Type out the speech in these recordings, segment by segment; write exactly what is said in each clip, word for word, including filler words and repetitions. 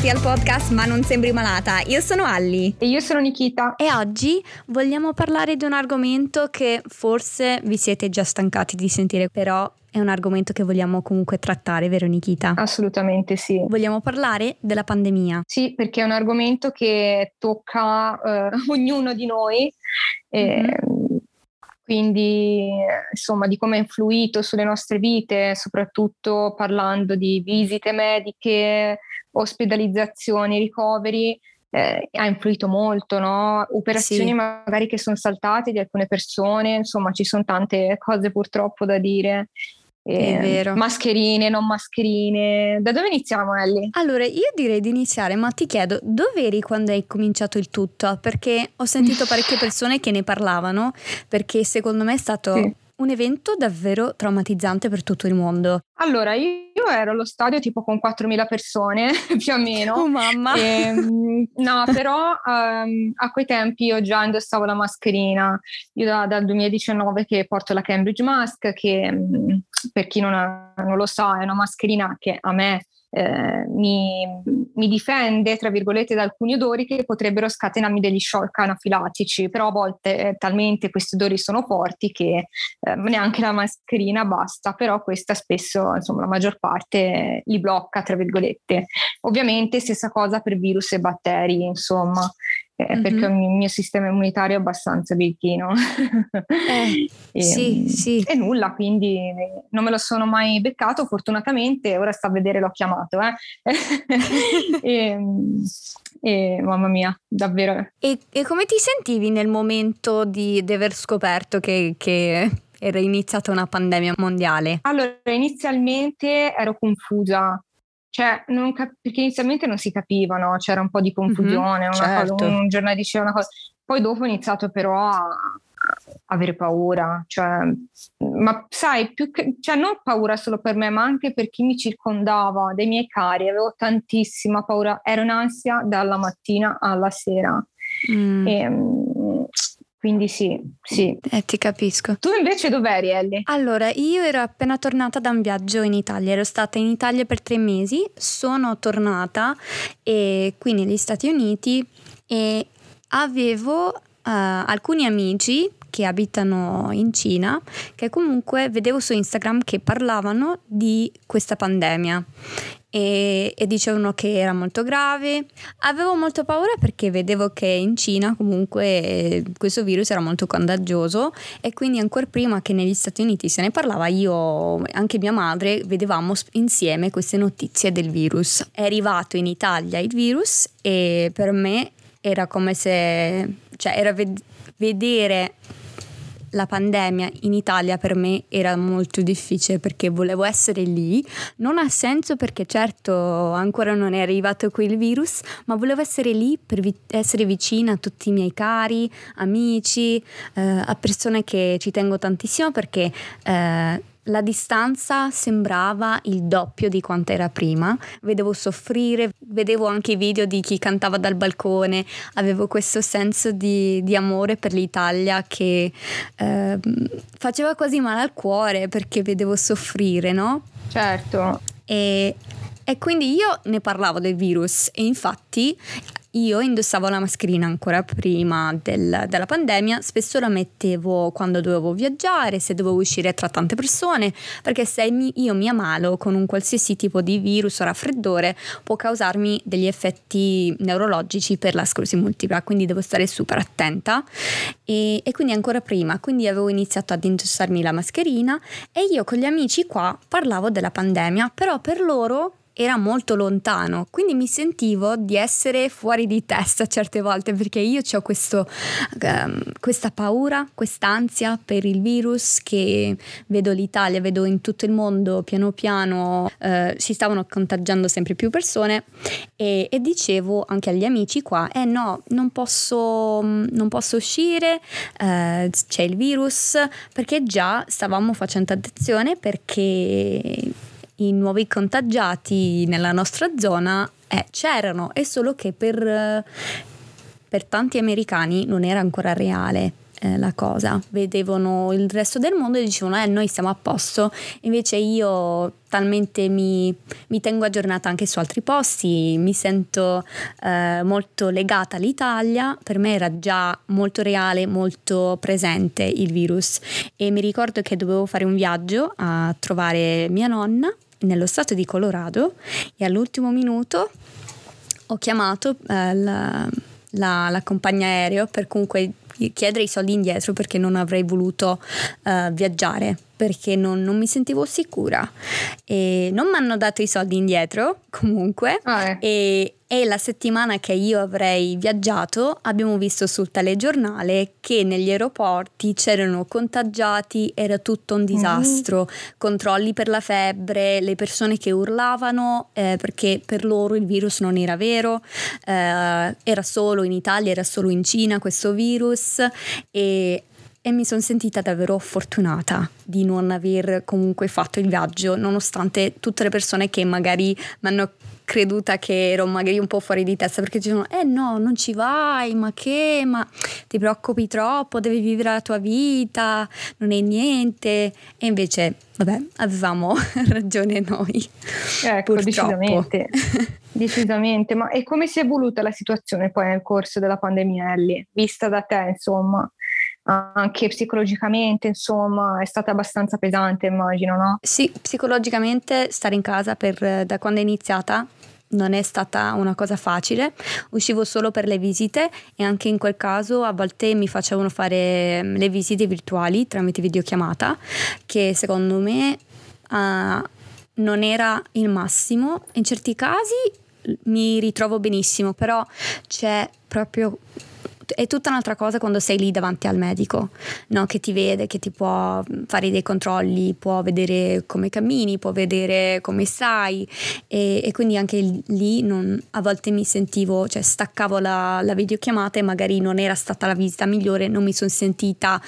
bentornati al podcast Ma non sembri malata. Io sono Alli. E io sono Nikita. E oggi vogliamo parlare di un argomento che forse vi siete già stancati di sentire, però è un argomento che vogliamo comunque trattare, vero Nikita? Assolutamente sì. Vogliamo parlare della pandemia. Sì, perché è un argomento che tocca eh, ognuno di noi. E, mm-hmm. Quindi, insomma, di come ha influito sulle nostre vite, soprattutto parlando di visite mediche, ospedalizzazioni, ricoveri, eh, ha influito molto, no? Operazioni sì. magari che sono saltate di alcune persone, insomma, ci sono tante cose purtroppo da dire. È vero. Mascherine, non mascherine. Da dove iniziamo, Ellie? Allora, io direi di iniziare, ma ti chiedo, dove eri quando hai cominciato il tutto? Perché ho sentito parecchie persone che ne parlavano, perché secondo me è stato sì. un evento davvero traumatizzante per tutto il mondo. Allora, io ero allo stadio tipo con quattromila persone, più o meno. Oh mamma! E, no, però um, a quei tempi io già indossavo la mascherina. Io da, dal duemiladiciannove che porto la Cambridge Mask, che um, per chi non, ha, non lo sa è una mascherina che a me Eh, mi, mi difende tra virgolette da alcuni odori che potrebbero scatenarmi degli shock anafilatici, però a volte eh, talmente questi odori sono forti che eh, neanche la mascherina basta, però questa spesso, insomma, la maggior parte li blocca tra virgolette. Ovviamente stessa cosa per virus e batteri, insomma, eh, mm-hmm. perché il mio sistema immunitario è abbastanza birichino. Eh, e, sì, sì. E nulla, quindi non me lo sono mai beccato, fortunatamente. Ora sta a vedere, l'ho chiamato. Eh. e, e mamma mia, davvero. E, e come ti sentivi nel momento di, di aver scoperto che, che era iniziata una pandemia mondiale? Allora, inizialmente ero confusa. Cioè, non cap- perché inizialmente non si capiva, no? C'era un po' di confusione, mm-hmm, una certo. cosa, un giornale diceva una cosa, poi dopo ho iniziato però a avere paura, cioè, ma sai, più che, cioè non paura solo per me, ma anche per chi mi circondava, dei miei cari, avevo tantissima paura, ero in ansia dalla mattina alla sera. Mm. E, quindi sì, sì. Eh, ti capisco. Tu invece dov'eri, Ellie? Allora, io ero appena tornata da un viaggio in Italia, ero stata in Italia per tre mesi, sono tornata e qui negli Stati Uniti e avevo uh, alcuni amici che abitano in Cina, che comunque vedevo su Instagram che parlavano di questa pandemia e, e dicevano che era molto grave. Avevo molto paura perché vedevo che in Cina comunque questo virus era molto contagioso e quindi ancora prima che negli Stati Uniti se ne parlava, io e anche mia madre vedevamo insieme queste notizie del virus. È arrivato in Italia il virus e per me era come se, cioè era ved- vedere la pandemia in Italia per me era molto difficile perché volevo essere lì. Non ha senso perché certo ancora non è arrivato qui il virus, ma volevo essere lì per vi- essere vicina a tutti i miei cari, amici, eh, a persone che ci tengo tantissimo perché eh, la distanza sembrava il doppio di quanto era prima. Vedevo soffrire, vedevo anche i video di chi cantava dal balcone, avevo questo senso di, di amore per l'Italia che eh, faceva quasi male al cuore perché vedevo soffrire, no? Certo. E, e quindi io ne parlavo del virus e infatti io indossavo la mascherina ancora prima del, della pandemia, spesso la mettevo quando dovevo viaggiare, se dovevo uscire tra tante persone, perché se mi, io mi ammalo con un qualsiasi tipo di virus o raffreddore può causarmi degli effetti neurologici per la sclerosi multipla, quindi devo stare super attenta e, e quindi ancora prima, quindi avevo iniziato ad indossarmi la mascherina e io con gli amici qua parlavo della pandemia, però per loro era molto lontano, quindi mi sentivo di essere fuori di testa certe volte perché io ho questo um, questa paura, quest'ansia per il virus che vedo l'Italia, vedo in tutto il mondo piano piano uh, si stavano contagiando sempre più persone e, e dicevo anche agli amici qua eh no, non posso non posso uscire, uh, c'è il virus, perché già stavamo facendo attenzione perché i nuovi contagiati nella nostra zona eh, c'erano, è solo che per, per tanti americani non era ancora reale. eh, la cosa, vedevano il resto del mondo e dicevano eh noi siamo a posto, invece io talmente mi, mi tengo aggiornata anche su altri posti, mi sento eh, molto legata all'Italia, per me era già molto reale, molto presente il virus e mi ricordo che dovevo fare un viaggio a trovare mia nonna nello stato di Colorado e all'ultimo minuto ho chiamato eh, la, la, la compagnia aereo per comunque chiedere i soldi indietro perché non avrei voluto uh, viaggiare perché non, non mi sentivo sicura e non mi hanno dato i soldi indietro comunque ah, eh. e, e la settimana che io avrei viaggiato abbiamo visto sul telegiornale che negli aeroporti c'erano contagiati, era tutto un disastro, mm-hmm. controlli per la febbre, le persone che urlavano eh, perché per loro il virus non era vero, eh, era solo in Italia, era solo in Cina questo virus e E mi sono sentita davvero fortunata di non aver comunque fatto il viaggio, nonostante tutte le persone che magari mi hanno creduta che ero magari un po' fuori di testa perché dicevano eh no, non ci vai, ma che, ma ti preoccupi troppo, devi vivere la tua vita, non è niente. E invece, vabbè, avevamo ragione noi. Ecco, purtroppo. decisamente. Decisamente, ma e come si è evoluta la situazione poi nel corso della pandemia, Ellie? Vista da te, insomma. Anche psicologicamente, insomma, è stata abbastanza pesante, immagino, no? Sì, psicologicamente stare in casa per, da quando è iniziata non è stata una cosa facile, uscivo solo per le visite e anche in quel caso a volte mi facevano fare le visite virtuali tramite videochiamata, che secondo me uh, non era il massimo. In certi casi mi ritrovo benissimo, però c'è proprio... è tutta un'altra cosa quando sei lì davanti al medico, no? Che ti vede, che ti può fare dei controlli, può vedere come cammini, può vedere come stai e, e quindi anche lì non, a volte mi sentivo, cioè staccavo la, la videochiamata e magari non era stata la visita migliore, non mi sono sentita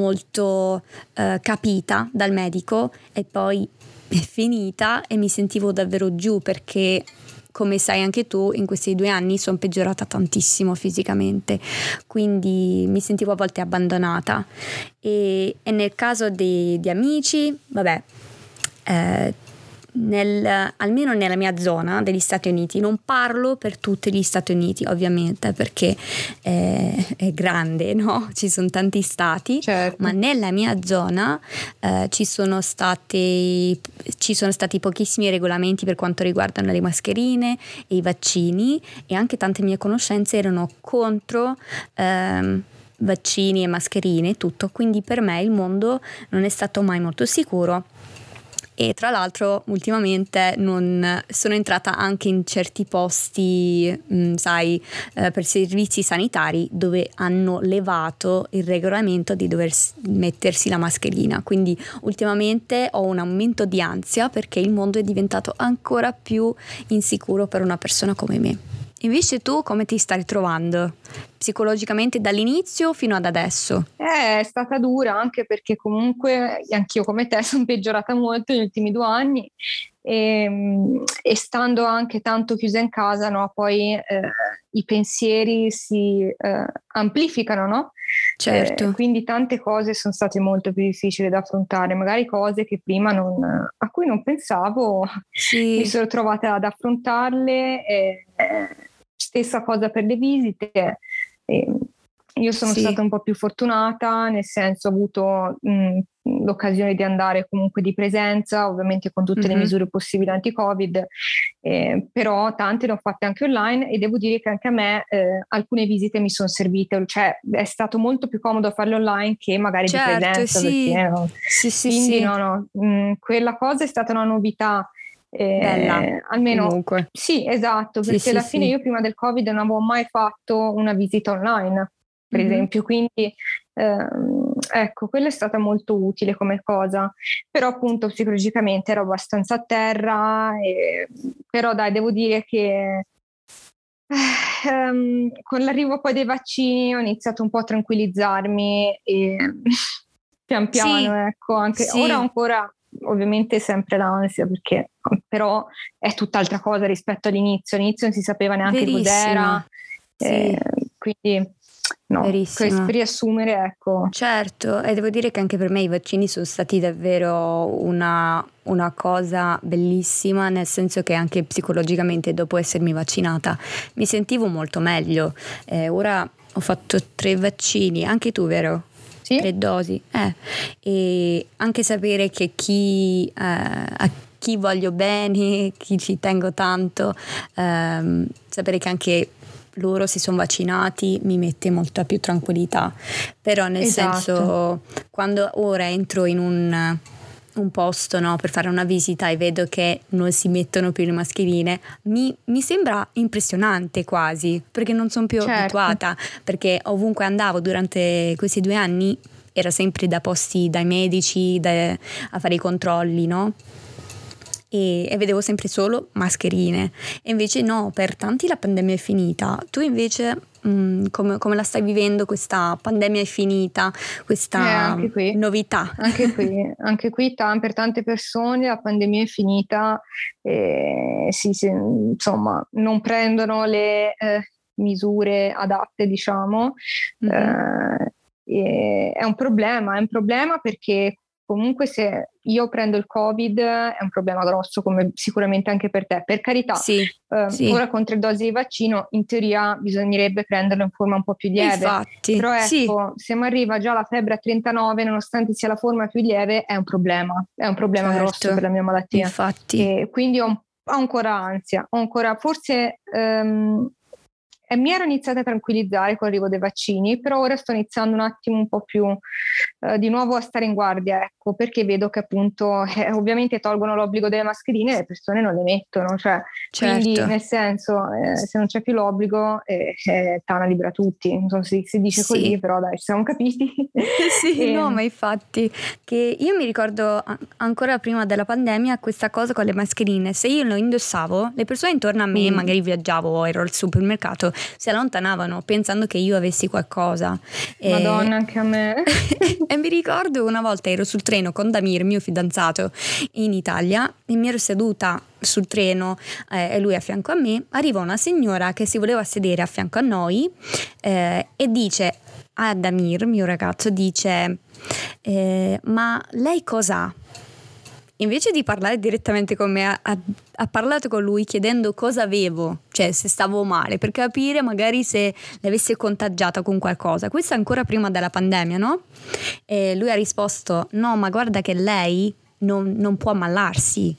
molto eh, capita dal medico e poi è finita e mi sentivo davvero giù perché come sai anche tu, in questi due anni sono peggiorata tantissimo fisicamente, quindi mi sentivo a volte abbandonata. E, e nel caso di, di amici, vabbè, eh, nel, almeno nella mia zona degli Stati Uniti, non parlo per tutti gli Stati Uniti ovviamente perché è, è grande, no? Ci sono tanti stati, certo. Ma nella mia zona eh, ci sono stati ci sono stati pochissimi regolamenti per quanto riguardano le mascherine e i vaccini e anche tante mie conoscenze erano contro ehm, vaccini e mascherine e tutto, quindi per me il mondo non è stato mai molto sicuro. E tra l'altro ultimamente non sono entrata anche in certi posti, mh, sai, eh, per servizi sanitari dove hanno levato il regolamento di dover mettersi la mascherina. Quindi ultimamente ho un aumento di ansia perché il mondo è diventato ancora più insicuro per una persona come me. Invece tu come ti stai trovando psicologicamente dall'inizio fino ad adesso? Eh, è stata dura anche perché comunque anch'io come te sono peggiorata molto negli ultimi due anni e, e stando anche tanto chiusa in casa, no, poi eh, i pensieri si eh, amplificano, no? Certo. Eh, quindi tante cose sono state molto più difficili da affrontare, magari cose che prima non, a cui non pensavo, sì. Mi sono trovata ad affrontarle. E, eh, stessa cosa per le visite. E io sono sì. stata un po' più fortunata, nel senso ho avuto mh, l'occasione di andare comunque di presenza, ovviamente con tutte mm-hmm. le misure possibili anti-Covid, eh, però tante le ho fatte anche online e devo dire che anche a me eh, alcune visite mi sono servite, cioè è stato molto più comodo farle online che magari certo, di presenza. Sì. Perché, no? Sì, sì, Quindi sì. no, no, mh, quella cosa è stata una novità. Eh, Bella, almeno comunque. Sì, esatto, perché sì, alla sì, fine sì. io prima del Covid non avevo mai fatto una visita online, per mm-hmm. esempio, quindi ehm, ecco, quella è stata molto utile come cosa, però appunto psicologicamente ero abbastanza a terra, e, però dai, devo dire che eh, ehm, con l'arrivo poi dei vaccini ho iniziato un po' a tranquillizzarmi e pian piano, sì, ecco, anche sì. ora ancora ovviamente sempre l'ansia, perché però è tutt'altra cosa rispetto all'inizio. All'inizio non si sapeva neanche Verissima. cos'era, sì. eh, quindi no, verissimo. per riassumere, ecco. Certo, e devo dire che anche per me i vaccini sono stati davvero una, una cosa bellissima, nel senso che anche psicologicamente dopo essermi vaccinata mi sentivo molto meglio. Eh, ora ho fatto tre vaccini, anche tu, vero? Sì. Tre dosi. Eh. E anche sapere che chi, eh, a chi voglio bene, chi ci tengo tanto, ehm, sapere che anche loro si sono vaccinati mi mette molta più tranquillità. Però nel Esatto. senso, quando ora entro in un, un posto, no, per fare una visita e vedo che non si mettono più le mascherine, mi, mi sembra impressionante quasi, perché non sono più Certo. abituata, perché ovunque andavo durante questi due anni era sempre da posti, dai medici, da, a fare i controlli, no? E, e vedevo sempre solo mascherine, e invece no, per tanti la pandemia è finita. Tu invece mh, come, come la stai vivendo questa pandemia è finita, questa Eh, anche qui. novità? Anche qui, anche qui t- per tante persone la pandemia è finita e sì, sì, insomma non prendono le eh, misure adatte, diciamo. Mhm. Eh, e è un problema, è un problema perché comunque se io prendo il Covid è un problema grosso, come sicuramente anche per te. Per carità, Sì, eh, sì. ora con tre dosi di vaccino in teoria bisognerebbe prenderlo in forma un po' più E lieve. infatti, Però sì, ecco, se mi arriva già la febbre a trentanove, nonostante sia la forma più lieve, è un problema, è un problema certo, grosso per la mia malattia. infatti. E quindi ho, ho ancora ansia, ho ancora, forse ehm, e mi ero iniziata a tranquillizzare con l'arrivo dei vaccini, però ora sto iniziando un attimo un po' più eh, di nuovo a stare in guardia, ecco, perché vedo che appunto eh, ovviamente tolgono l'obbligo delle mascherine e le persone non le mettono, cioè quindi Certo. nel senso eh, se non c'è più l'obbligo eh, eh, Tana libera tutti, non so se si dice Sì. così, però dai, ci siamo capiti. Sì, E- no, ma infatti che io mi ricordo a- ancora prima della pandemia questa cosa con le mascherine, se io lo indossavo, le persone intorno a me, Mm. magari viaggiavo o ero al supermercato, si allontanavano pensando che io avessi qualcosa. E- Madonna, anche a me. E mi ricordo una volta ero sul treno con Damir, mio fidanzato, in Italia, e mi ero seduta sul treno eh, e lui a fianco a me. Arriva una signora che si voleva sedere a fianco a noi eh, e dice a Damir, mio ragazzo, dice eh, ma lei cos'ha? Invece di parlare direttamente con me, ha, ha, ha parlato con lui chiedendo cosa avevo, cioè se stavo male, per capire magari se l'avesse contagiata con qualcosa. Questo ancora prima della pandemia, no? E lui ha risposto, no, ma guarda che lei non, non può ammalarsi.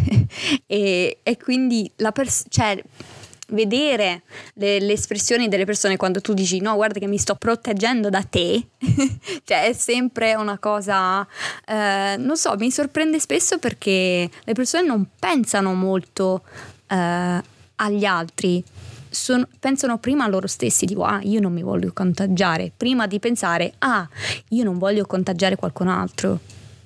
e, e quindi la pers- cioè, vedere le, le espressioni delle persone quando tu dici no, guarda che mi sto proteggendo da te, cioè è sempre una cosa eh, non so, mi sorprende spesso perché le persone non pensano molto eh, agli altri. Sono, pensano prima a loro stessi, dico ah io non mi voglio contagiare, prima di pensare ah io non voglio contagiare qualcun altro.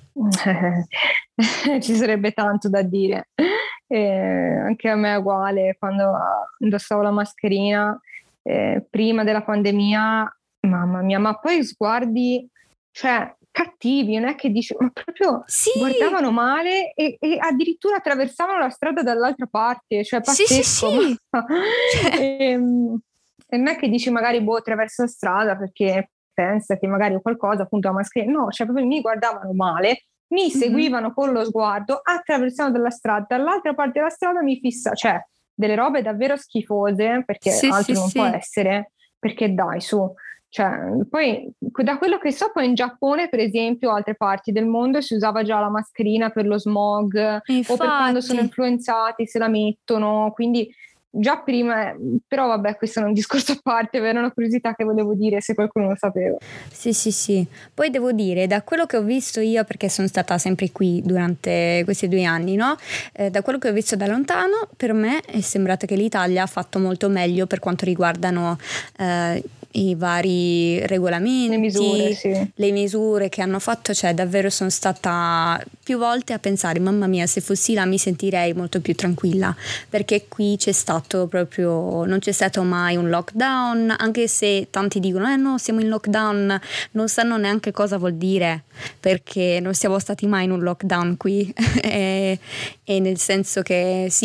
Ci sarebbe tanto da dire. E anche a me è uguale, quando indossavo la mascherina eh, prima della pandemia, mamma mia, ma poi sguardi, cioè cattivi, non è che dici, ma proprio Sì, guardavano male e, e addirittura attraversavano la strada dall'altra parte, cioè sì, sì, pazzesco. sì. Ma- Cioè, e, e non è che dici magari boh, attraverso la strada perché pensa che magari ho qualcosa, appunto la mascherina, no, cioè proprio mi guardavano male, mi mhm. seguivano con lo sguardo, attraversando dalla strada, dall'altra parte della strada mi fissa, cioè delle robe davvero schifose, perché Sì, altro sì, non sì. può essere, perché dai su, cioè poi da quello che so poi in Giappone per esempio o altre parti del mondo si usava già la mascherina per lo smog o per quando sono Infatti. influenzati se la mettono, quindi già prima, però vabbè questo è un discorso a parte, era una curiosità che volevo dire se qualcuno lo sapeva. Sì, sì, sì. Poi devo dire, da quello che ho visto io, perché sono stata sempre qui durante questi due anni, no? Eh, da quello che ho visto da lontano, per me è sembrato che l'Italia ha fatto molto meglio per quanto riguardano eh, i vari regolamenti, Le misure, sì. le misure che hanno fatto, cioè davvero sono stata più volte a pensare, mamma mia, se fossi là mi sentirei molto più tranquilla, perché qui c'è stato proprio, non c'è stato mai un lockdown, anche se tanti dicono, eh no, siamo in lockdown, non sanno neanche cosa vuol dire, perché non siamo stati mai in un lockdown qui, e, e nel senso che sì,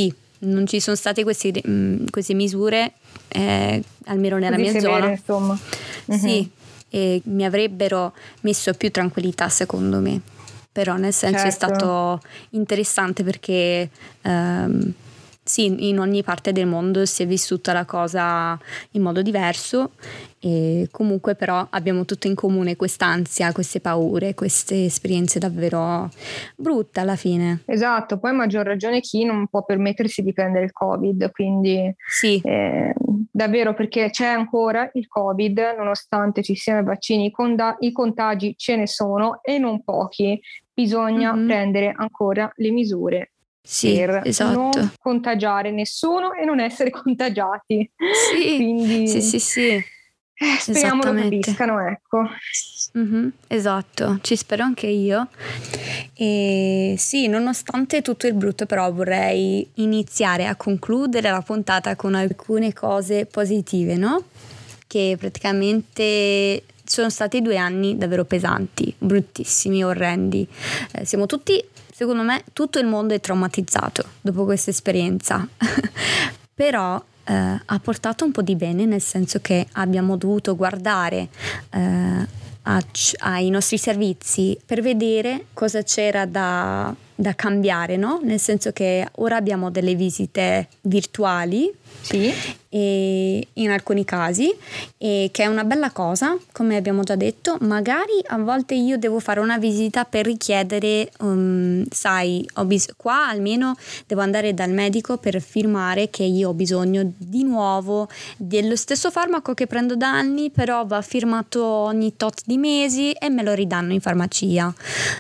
non ci sono state queste, mh, queste misure, eh, almeno nella Così mia severe, zona. Insomma. Mm-hmm. Sì, e mi avrebbero messo più tranquillità secondo me, però nel senso certo. è stato interessante perché ehm, sì, in ogni parte del mondo si è vissuta la cosa in modo diverso e comunque però abbiamo tutto in comune quest'ansia, queste paure, queste esperienze davvero brutte alla fine. Esatto, poi a maggior ragione chi non può permettersi di prendere il Covid, quindi sì. eh, davvero perché c'è ancora il Covid, nonostante ci siano i vaccini, i, conda- i contagi ce ne sono e non pochi, bisogna mm-hmm. prendere ancora le misure. Sì, per esatto. non contagiare nessuno e non essere contagiati. Sì, quindi sì, sì, sì. Eh, speriamo lo capiscano, ecco. Mm-hmm, esatto, ci spero anche io. E sì, nonostante tutto il brutto, però vorrei iniziare a concludere la puntata con alcune cose positive, no? Che praticamente sono stati due anni davvero pesanti, bruttissimi, orrendi. Eh, siamo tutti, secondo me, tutto il mondo è traumatizzato dopo questa esperienza. Però eh, ha portato un po' di bene, nel senso che abbiamo dovuto guardare eh, a, ai nostri servizi per vedere cosa c'era da, da cambiare, no? Nel senso che ora abbiamo delle visite virtuali. Sì. E in alcuni casi, e che è una bella cosa, come abbiamo già detto. Magari a volte io devo fare una visita per richiedere um, sai, ho bis- qua almeno devo andare dal medico per firmare che io ho bisogno di nuovo dello stesso farmaco che prendo da anni, però va firmato ogni tot di mesi e me lo ridanno in farmacia,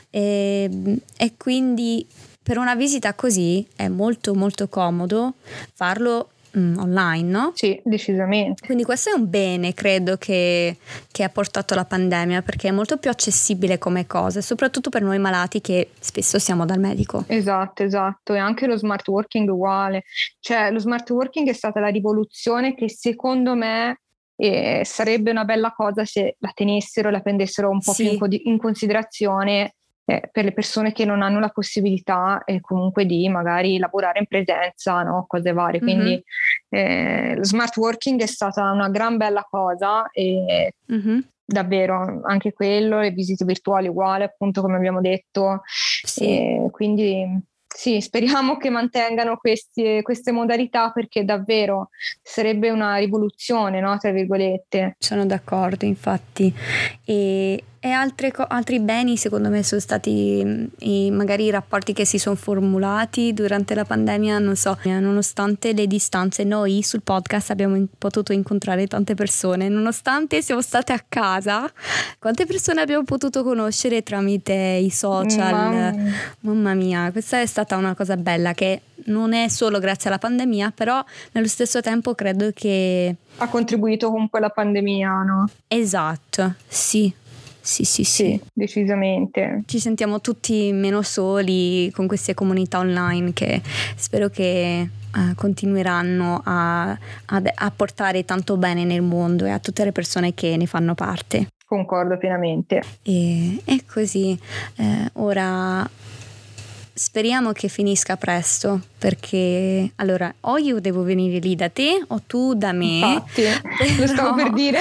e, e quindi per una visita così è molto molto comodo farlo online, no? Sì, decisamente. Quindi questo è un bene, credo, che, che ha portato la pandemia, perché è molto più accessibile come cosa, soprattutto per noi malati che spesso siamo dal medico. Esatto, esatto, e anche lo smart working uguale. Cioè, lo smart working è stata la rivoluzione che secondo me eh, sarebbe una bella cosa se la tenessero, la prendessero un po' sì. più in, co- in considerazione Eh, per le persone che non hanno la possibilità eh, comunque di magari lavorare in presenza, no? Cose varie. Mm-hmm. Quindi eh, lo smart working è stata una gran bella cosa e mm-hmm. davvero anche quello, le visite virtuali uguali, appunto come abbiamo detto. Sì. E quindi sì, speriamo che mantengano questi, queste modalità perché davvero sarebbe una rivoluzione, no? Tra virgolette. Sono d'accordo, infatti. E, e altre co- altri beni secondo me sono stati i, magari i rapporti che si sono formulati durante la pandemia, non so, nonostante le distanze noi sul podcast abbiamo in- potuto incontrare tante persone, nonostante siamo state a casa, quante persone abbiamo potuto conoscere tramite i social. Mamma, Mamma mia, questa è stata una cosa bella che non è solo grazie alla pandemia, però nello stesso tempo credo che ha contribuito comunque alla pandemia, no? Esatto, sì. Sì, sì, sì, sì, decisamente. Ci sentiamo tutti meno soli con queste comunità online che spero che uh, continueranno a, a, a portare tanto bene nel mondo e a tutte le persone che ne fanno parte. Concordo pienamente. E è così. Eh, ora speriamo che finisca presto, perché allora o io devo venire lì da te o tu da me. Infatti, però... lo stavo per dire.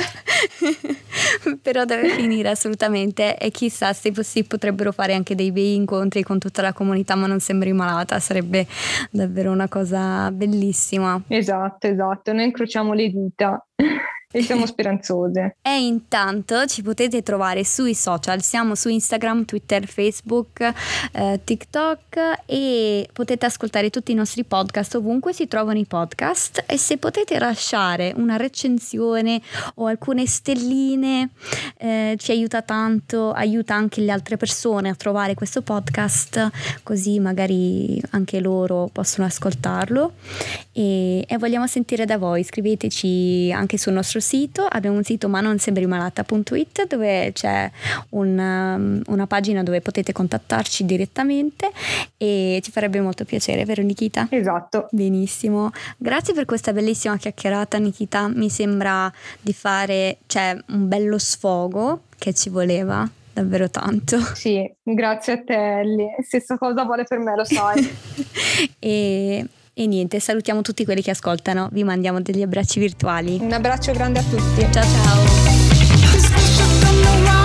Però deve finire assolutamente, e chissà se si potrebbero fare anche dei bei incontri con tutta la comunità, ma non sembri malata, sarebbe davvero una cosa bellissima. Esatto, esatto, noi incrociamo le dita e siamo speranzose. E intanto ci potete trovare sui social, siamo su Instagram, Twitter, Facebook, eh, TikTok, e potete ascoltare tutti i nostri podcast ovunque si trovano i podcast, e se potete lasciare una recensione o alcune stelline eh, ci aiuta tanto, aiuta anche le altre persone a trovare questo podcast, così magari anche loro possono ascoltarlo, e, e vogliamo sentire da voi. Scriveteci anche sul nostro sito, abbiamo un sito ma non sembri malata punto it dove c'è una, una pagina dove potete contattarci direttamente, e ci farebbe molto piacere, vero Nikita? Esatto. Benissimo, grazie per questa bellissima chiacchierata Nikita, mi sembra di fare cioè un bello sfogo che ci voleva davvero tanto. Sì, grazie a te Ellie, stessa cosa vuole per me, lo sai. e E niente, salutiamo tutti quelli che ascoltano, vi mandiamo degli abbracci virtuali. Un abbraccio grande a tutti. Ciao ciao.